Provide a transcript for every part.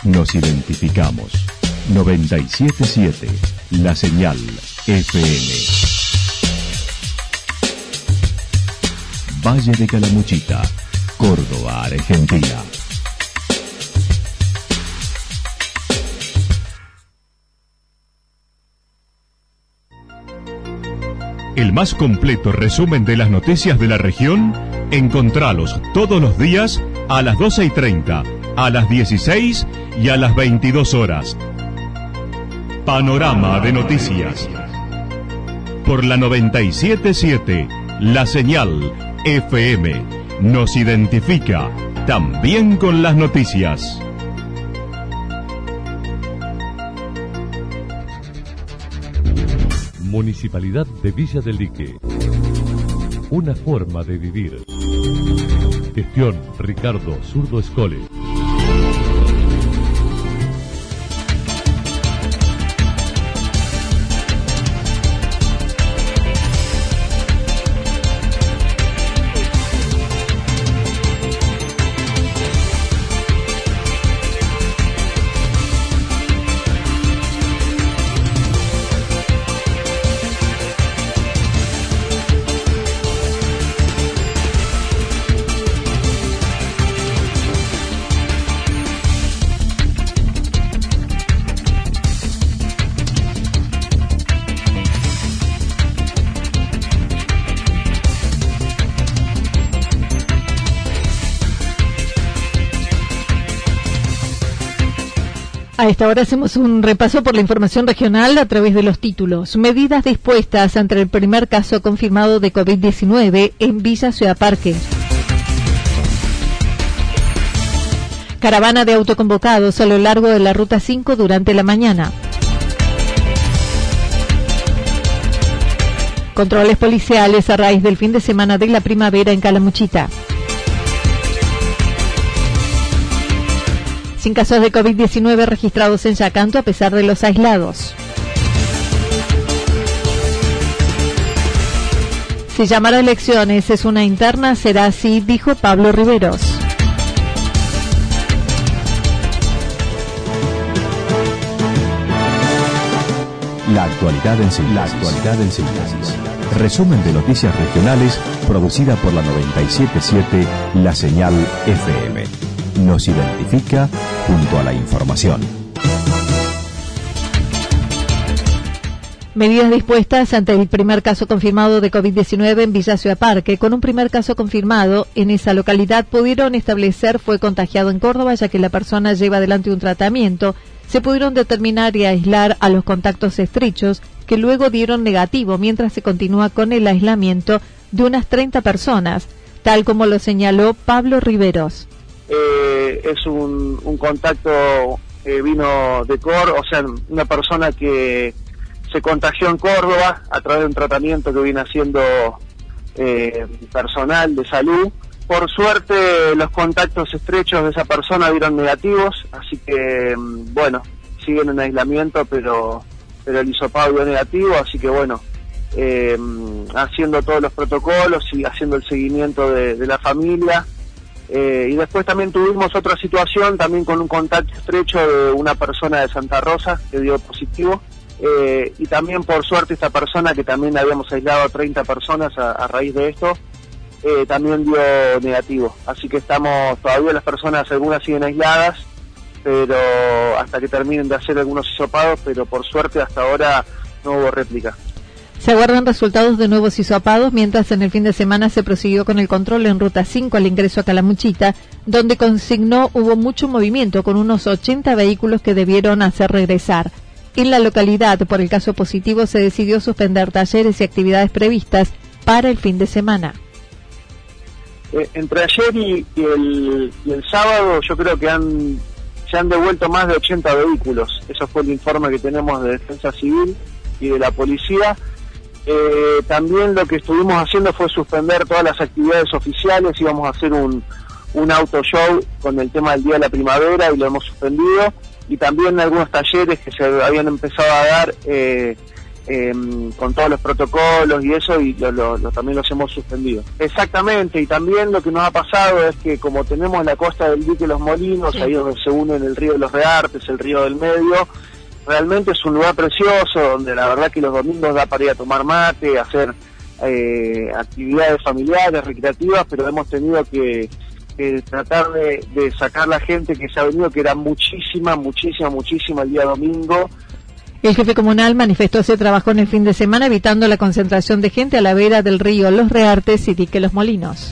Nos identificamos. 97.7, La Señal FM. Valle de Calamuchita, Córdoba, Argentina. El más completo resumen de las noticias de la región, encontralos todos los días a las 12:30, a las 16 y a las 22 horas. Panorama de noticias. Por la 97.7, La Señal FM. Nos identifica también con las noticias. Municipalidad de Villa del Lique. Una forma de vivir. Gestión Ricardo Zurdo Escole. A esta hora hacemos un repaso por la información regional a través de los títulos. Medidas dispuestas ante el primer caso confirmado de COVID-19 en Villa Ciudad Parque. Caravana de autoconvocados a lo largo de la Ruta 5 durante la mañana. Controles policiales a raíz del fin de semana de la primavera en Calamuchita. Sin casos de COVID-19 registrados en Yacanto a pesar de los aislados. Si llamar a elecciones es una interna, será así, dijo Pablo Riveros. La actualidad en síntesis. Resumen de noticias regionales producida por la 97.7 La Señal FM. Nos identifica junto a la información. Medidas dispuestas ante el primer caso confirmado de COVID-19 en Villa Ciudad Parque. Con un primer caso confirmado en esa localidad pudieron establecer fue contagiado en Córdoba, ya que la persona lleva adelante un tratamiento. Se pudieron determinar y aislar a los contactos estrechos que luego dieron negativo, mientras se continúa con el aislamiento de unas 30 personas, tal como lo señaló Pablo Riveros. Es un contacto que vino de Córdoba, o sea, una persona que se contagió en Córdoba a través de un tratamiento que viene haciendo personal de salud. Por suerte, los contactos estrechos de esa persona dieron negativos, así que, bueno, siguen en aislamiento, pero el hisopado dio negativo, así que, bueno, haciendo todos los protocolos y haciendo el seguimiento de la familia. Y después también tuvimos otra situación, también con un contacto estrecho de una persona de Santa Rosa que dio positivo, y también por suerte esta persona, que también habíamos aislado a 30 personas a raíz de esto, también dio negativo. Así que estamos, todavía las personas, algunas siguen aisladas, pero hasta que terminen de hacer algunos hisopados, pero por suerte hasta ahora no hubo réplica. Se aguardan resultados de nuevos hisopados, mientras en el fin de semana se prosiguió con el control en Ruta 5 al ingreso a Calamuchita, donde consignó hubo mucho movimiento, con unos 80 vehículos que debieron hacer regresar. En la localidad, por el caso positivo, se decidió suspender talleres y actividades previstas para el fin de semana. Entre ayer y el sábado yo creo que se han devuelto más de 80 vehículos. Eso fue el informe que tenemos de Defensa Civil y de la Policía. También lo que estuvimos haciendo fue suspender todas las actividades oficiales. Íbamos a hacer un auto show con el tema del Día de la Primavera y lo hemos suspendido. Y también algunos talleres que se habían empezado a dar con todos los protocolos y eso, y también los hemos suspendido. Exactamente, y también lo que nos ha pasado es que como tenemos la costa del dique Los Molinos, sí, ahí donde se unen el río de los Reartes, el río del Medio, realmente es un lugar precioso, donde la verdad que los domingos da para ir a tomar mate, hacer actividades familiares, recreativas, pero hemos tenido que tratar de sacar la gente que se ha venido, que era muchísima el día domingo. El jefe comunal manifestó se trabajó en el fin de semana evitando la concentración de gente a la vera del río Los Reartes y dique Los Molinos.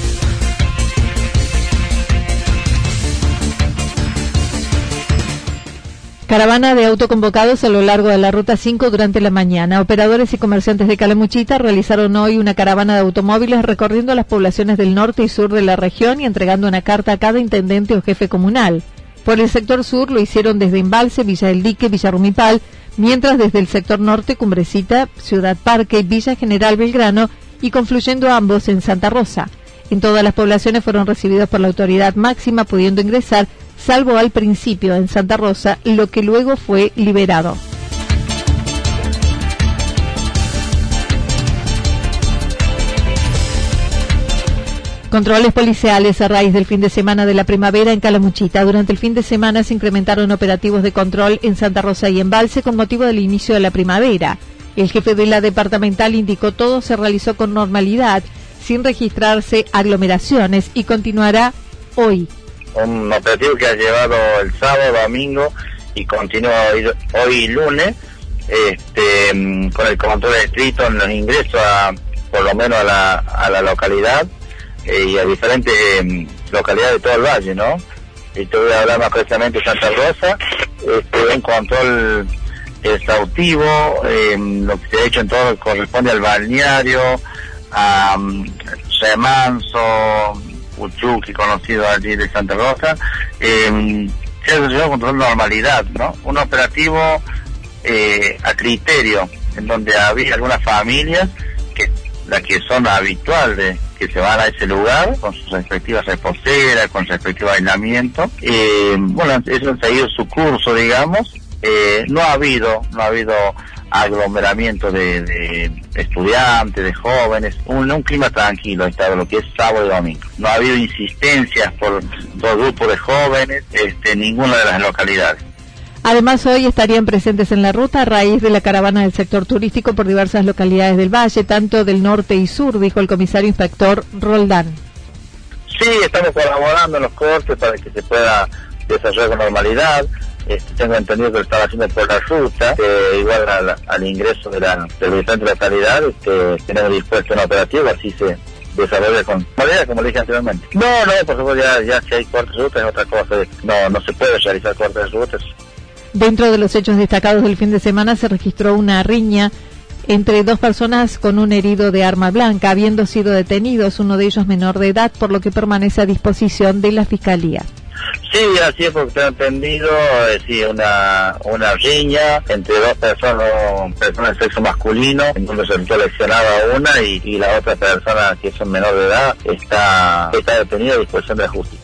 Caravana de autoconvocados a lo largo de la Ruta 5 durante la mañana. Operadores y comerciantes de Calamuchita realizaron hoy una caravana de automóviles recorriendo las poblaciones del norte y sur de la región y entregando una carta a cada intendente o jefe comunal. Por el sector sur lo hicieron desde Embalse, Villa del Dique, Villa Rumipal, mientras desde el sector norte, Cumbrecita, Ciudad Parque, Villa General Belgrano y confluyendo ambos en Santa Rosa. En todas las poblaciones fueron recibidos por la autoridad máxima, pudiendo ingresar, salvo al principio en Santa Rosa, lo que luego fue liberado. Controles policiales a raíz del fin de semana de la primavera en Calamuchita. Durante el fin de semana se incrementaron operativos de control en Santa Rosa y Embalse con motivo del inicio de la primavera. El jefe de la departamental indicó todo se realizó con normalidad, sin registrarse aglomeraciones y continuará hoy. Un operativo que ha llevado el sábado, domingo y continúa hoy lunes, con el control estricto en los ingresos por lo menos a la localidad. Y a diferentes localidades de todo el valle, ¿no? Y te voy a hablar más precisamente de Santa Rosa, un control exhaustivo, lo que se ha hecho en todo corresponde al balneario, a Remanso, Uchuqui, conocido allí de Santa Rosa, se ha desarrollado con total normalidad, ¿no? Un operativo a criterio, en donde había algunas familias las que son habituales que se van a ese lugar con sus respectivas reposeras, con su respectivo aislamiento. Bueno, eso ha seguido su curso, digamos. No ha habido aglomeramiento de estudiantes, de jóvenes, un clima tranquilo, estado lo que es sábado y domingo. No ha habido insistencias por dos grupos de jóvenes, ninguna de las localidades. Además, hoy estarían presentes en la ruta a raíz de la caravana del sector turístico por diversas localidades del valle, tanto del norte y sur, dijo el comisario inspector Roldán. Sí, estamos colaborando en los cortes para que se pueda desarrollar con normalidad. Tengo entendido que lo están haciendo por la ruta, igual al ingreso de la diferente localidad, tenemos dispuesto un operativo, así se desarrolla con normalidad, como le dije anteriormente. No, por supuesto, ya si hay cortes de ruta es otra cosa, no se puede realizar cortes de rutas. Dentro de los hechos destacados del fin de semana se registró una riña entre dos personas con un herido de arma blanca, habiendo sido detenidos, uno de ellos menor de edad, por lo que permanece a disposición de la Fiscalía. Sí, así es, porque tengo entendido, una riña entre dos personas de sexo masculino, en donde se resultó lesionada una y la otra persona, que es un menor de edad, está detenida a disposición de la justicia.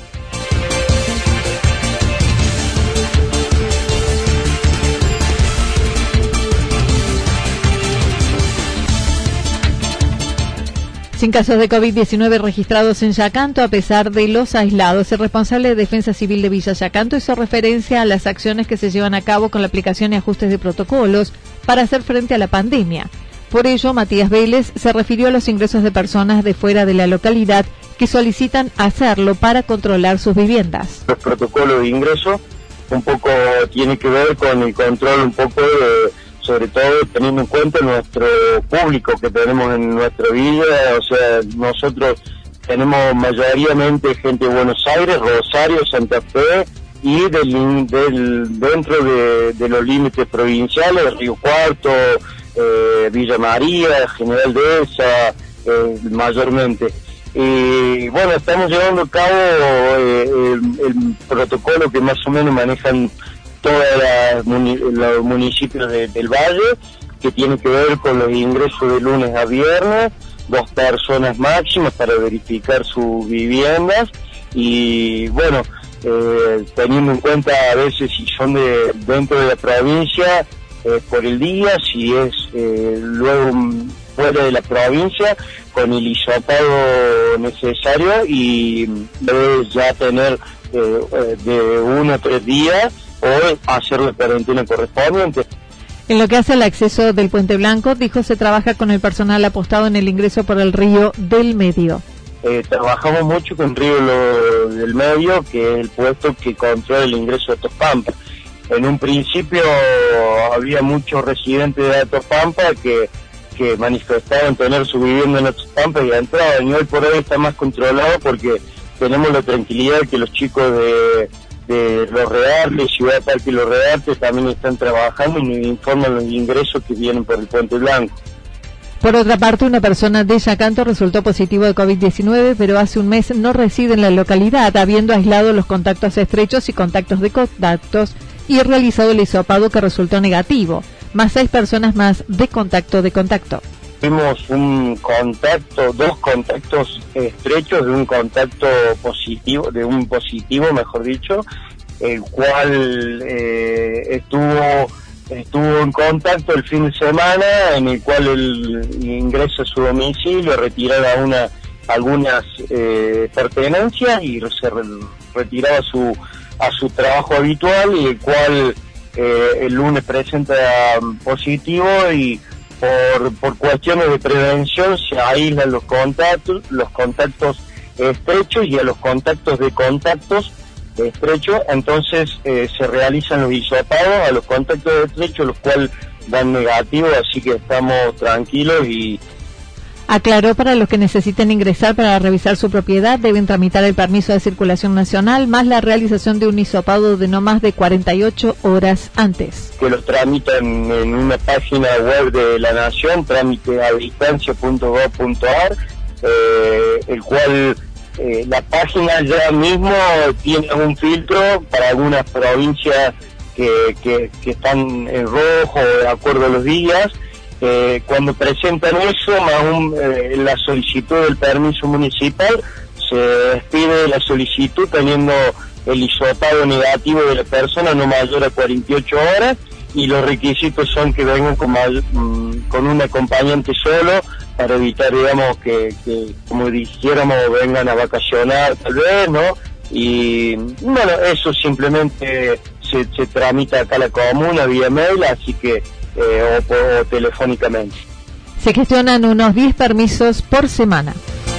Sin casos de COVID-19 registrados en Yacanto, a pesar de los aislados. El responsable de Defensa Civil de Villa Yacanto hizo referencia a las acciones que se llevan a cabo con la aplicación y ajustes de protocolos para hacer frente a la pandemia. Por ello, Matías Vélez se refirió a los ingresos de personas de fuera de la localidad que solicitan hacerlo para controlar sus viviendas. Los protocolos de ingreso un poco tiene que ver con el control un poco sobre todo teniendo en cuenta nuestro público que tenemos en nuestra villa, o sea, nosotros tenemos mayoritariamente gente de Buenos Aires, Rosario, Santa Fe y dentro de los límites provinciales, Río Cuarto, Villa María, General Dehesa, mayormente. Y bueno, estamos llevando a cabo el protocolo que más o menos manejan todos los municipios del Valle, que tiene que ver con los ingresos de lunes a viernes, 2 personas máximas para verificar sus viviendas y bueno, teniendo en cuenta a veces si son dentro de la provincia, por el día, si es luego fuera de la provincia, con el hisopado necesario, y debe ya tener de 1 a 3 días o hacer la cuarentena correspondiente. En lo que hace al acceso del Puente Blanco, dijo, se trabaja con el personal apostado en el ingreso por el Río del Medio. Trabajamos mucho con Río del Medio, que es el puesto que controla el ingreso de Topampa. En un principio había muchos residentes de Topampa que manifestaban tener su vivienda en Topampa y entraban, y hoy por hoy está más controlado porque tenemos la tranquilidad que los chicos de Los Reartes, Ciudad Parque y Los Reartes también están trabajando y nos informan los ingresos que vienen por el Puente Blanco. Por otra parte, una persona de Yacanto resultó positivo de COVID-19, pero hace un mes no reside en la localidad, habiendo aislado los contactos estrechos y contactos de contactos y realizado el hisopado que resultó negativo, más 6 personas más de contacto. Tuvimos dos contactos estrechos de un contacto positivo, mejor dicho, el cual estuvo en contacto el fin de semana, en el cual él ingresa a su domicilio, retiraba algunas pertenencias y se retiraba a su trabajo habitual, y el cual el lunes presenta positivo, y por cuestiones de prevención se aíslan los contactos estrechos, y a los contactos de contactos estrechos, entonces se realizan los hisopados a los contactos estrechos, los cuales dan negativo, así que estamos tranquilos. Y aclaró, para los que necesiten ingresar para revisar su propiedad, deben tramitar el permiso de circulación nacional, más la realización de un hisopado de no más de 48 horas antes. Que los tramitan en una página web de la Nación, tramiteadistancia.gov.ar, el cual la página ya mismo tiene un filtro para algunas provincias que están en rojo de acuerdo a los días. Cuando presentan eso, más la solicitud del permiso municipal, se despide la solicitud teniendo el hisopado negativo de la persona no mayor a 48 horas, y los requisitos son que vengan con un acompañante solo, para evitar, digamos, que como dijéramos, vengan a vacacionar tal vez, ¿no? Y bueno, eso simplemente se tramita acá a la comuna vía mail, así que o telefónicamente. Se gestionan unos 10 permisos por semana.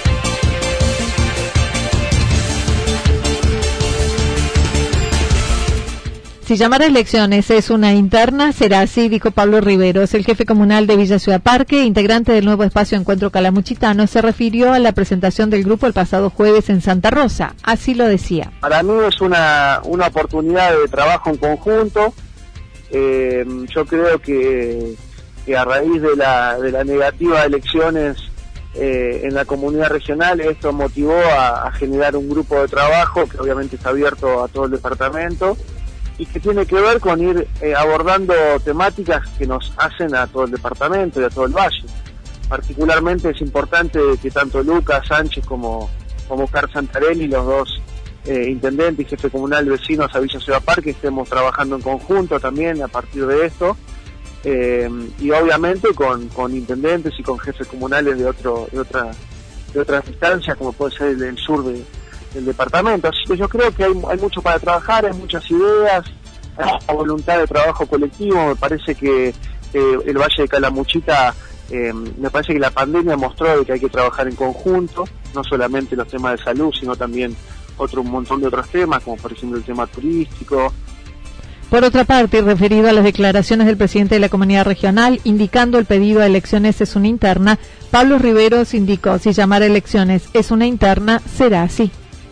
Si llamar a elecciones es una interna, será así, dijo Pablo Riveros, el jefe comunal de Villa Ciudad Parque, integrante del nuevo espacio Encuentro Calamuchitano. Se refirió a la presentación del grupo el pasado jueves en Santa Rosa. Así lo decía. Para mí es una oportunidad de trabajo en conjunto. Yo creo que a raíz de la negativa de elecciones en la comunidad regional, esto motivó a generar un grupo de trabajo que obviamente está abierto a todo el departamento y que tiene que ver con ir abordando temáticas que nos hacen a todo el departamento y a todo el valle. Particularmente es importante que tanto Lucas Sánchez como Oscar Santarelli, los dos intendente y jefe comunal de vecinos a Villa Ciudad Parque, estemos trabajando en conjunto también a partir de esto, y obviamente con intendentes y con jefes comunales de otras instancias, como puede ser el sur del departamento. Así que yo creo que hay mucho para trabajar, hay muchas ideas, hay una voluntad de trabajo colectivo. Me parece que el Valle de Calamuchita, me parece que la pandemia mostró de que hay que trabajar en conjunto, no solamente los temas de salud, sino también un montón de otros temas, como por ejemplo el tema turístico. Por otra parte, referido a las declaraciones del presidente de la comunidad regional, indicando el pedido a elecciones es una interna, Pablo Riveros indicó, si llamar a elecciones es una interna, será así.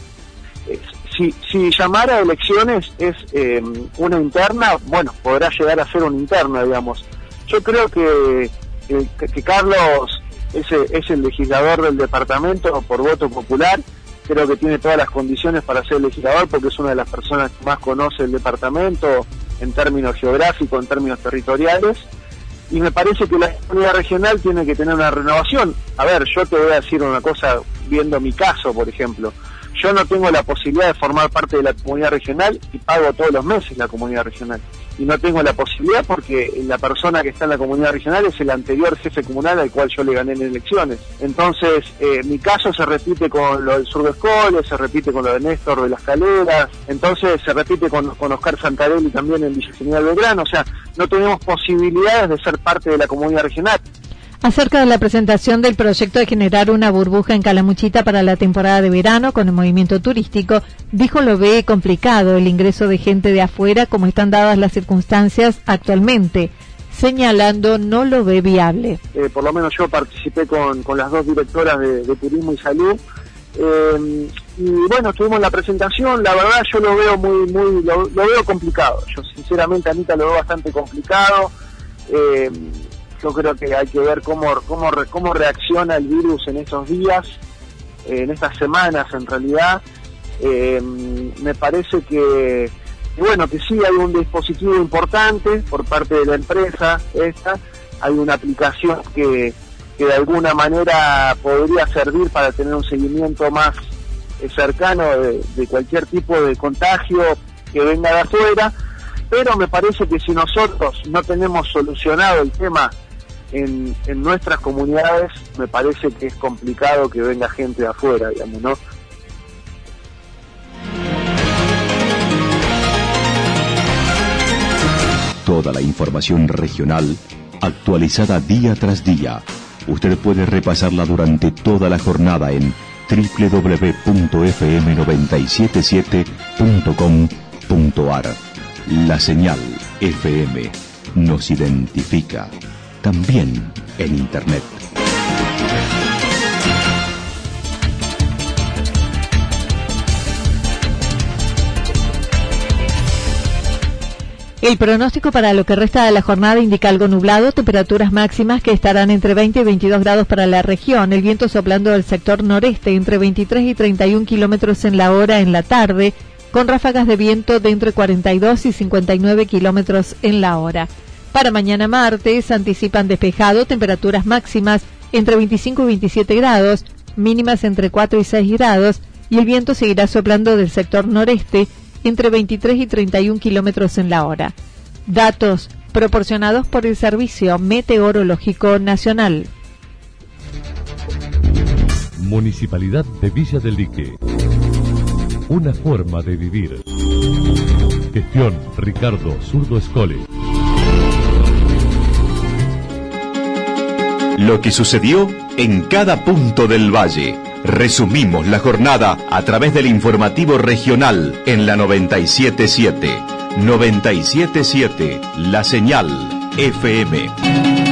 Si llamar a elecciones es una interna, bueno, podrá llegar a ser una interna, digamos. Yo creo que Carlos es el legislador del departamento por voto popular. Creo que tiene todas las condiciones para ser legislador, porque es una de las personas que más conoce el departamento en términos geográficos, en términos territoriales, y me parece que la comunidad regional tiene que tener una renovación. A ver, yo te voy a decir una cosa, viendo mi caso, por ejemplo. Yo no tengo la posibilidad de formar parte de la comunidad regional y pago todos los meses la comunidad regional. y no tengo la posibilidad porque la persona que está en la comunidad regional es el anterior jefe comunal al cual yo le gané en elecciones. Entonces, mi caso se repite con lo del sur de Escoles, se repite con lo de Néstor de las Caleras, entonces se repite con Oscar Santarelli también en Villa General Belgrano, o sea, no tenemos posibilidades de ser parte de la comunidad regional. Acerca de la presentación del proyecto de generar una burbuja en Calamuchita para la temporada de verano con el movimiento turístico, dijo lo ve complicado el ingreso de gente de afuera como están dadas las circunstancias actualmente, señalando no lo ve viable. Por lo menos yo participé con las dos directoras de Turismo y Salud, y bueno, tuvimos la presentación. La verdad yo lo veo lo veo complicado. Yo sinceramente, Anita, lo veo bastante complicado. Yo creo que hay que ver cómo reacciona el virus en estos días, en estas semanas en realidad. Me parece que sí hay un dispositivo importante por parte de la empresa esta, hay una aplicación que de alguna manera podría servir para tener un seguimiento más cercano de cualquier tipo de contagio que venga de afuera, pero me parece que si nosotros no tenemos solucionado el tema en nuestras comunidades, me parece que es complicado que venga gente de afuera, digamos, ¿no? Toda la información regional actualizada día tras día. Usted puede repasarla durante toda la jornada en www.fm977.com.ar. La señal FM nos identifica, también en Internet. El pronóstico para lo que resta de la jornada indica algo nublado, temperaturas máximas que estarán entre 20 y 22 grados para la región, el viento soplando del sector noreste entre 23 y 31 kilómetros en la hora en la tarde, con ráfagas de viento de entre 42 y 59 kilómetros en la hora. Para mañana martes anticipan despejado, temperaturas máximas entre 25 y 27 grados, mínimas entre 4 y 6 grados, y el viento seguirá soplando del sector noreste entre 23 y 31 kilómetros en la hora. Datos proporcionados por el Servicio Meteorológico Nacional. Municipalidad de Villa del Lique. Una forma de vivir. Gestión Ricardo Zurdo Escole. Lo que sucedió en cada punto del valle. Resumimos la jornada a través del informativo regional en la 97.7. 97.7, la señal FM.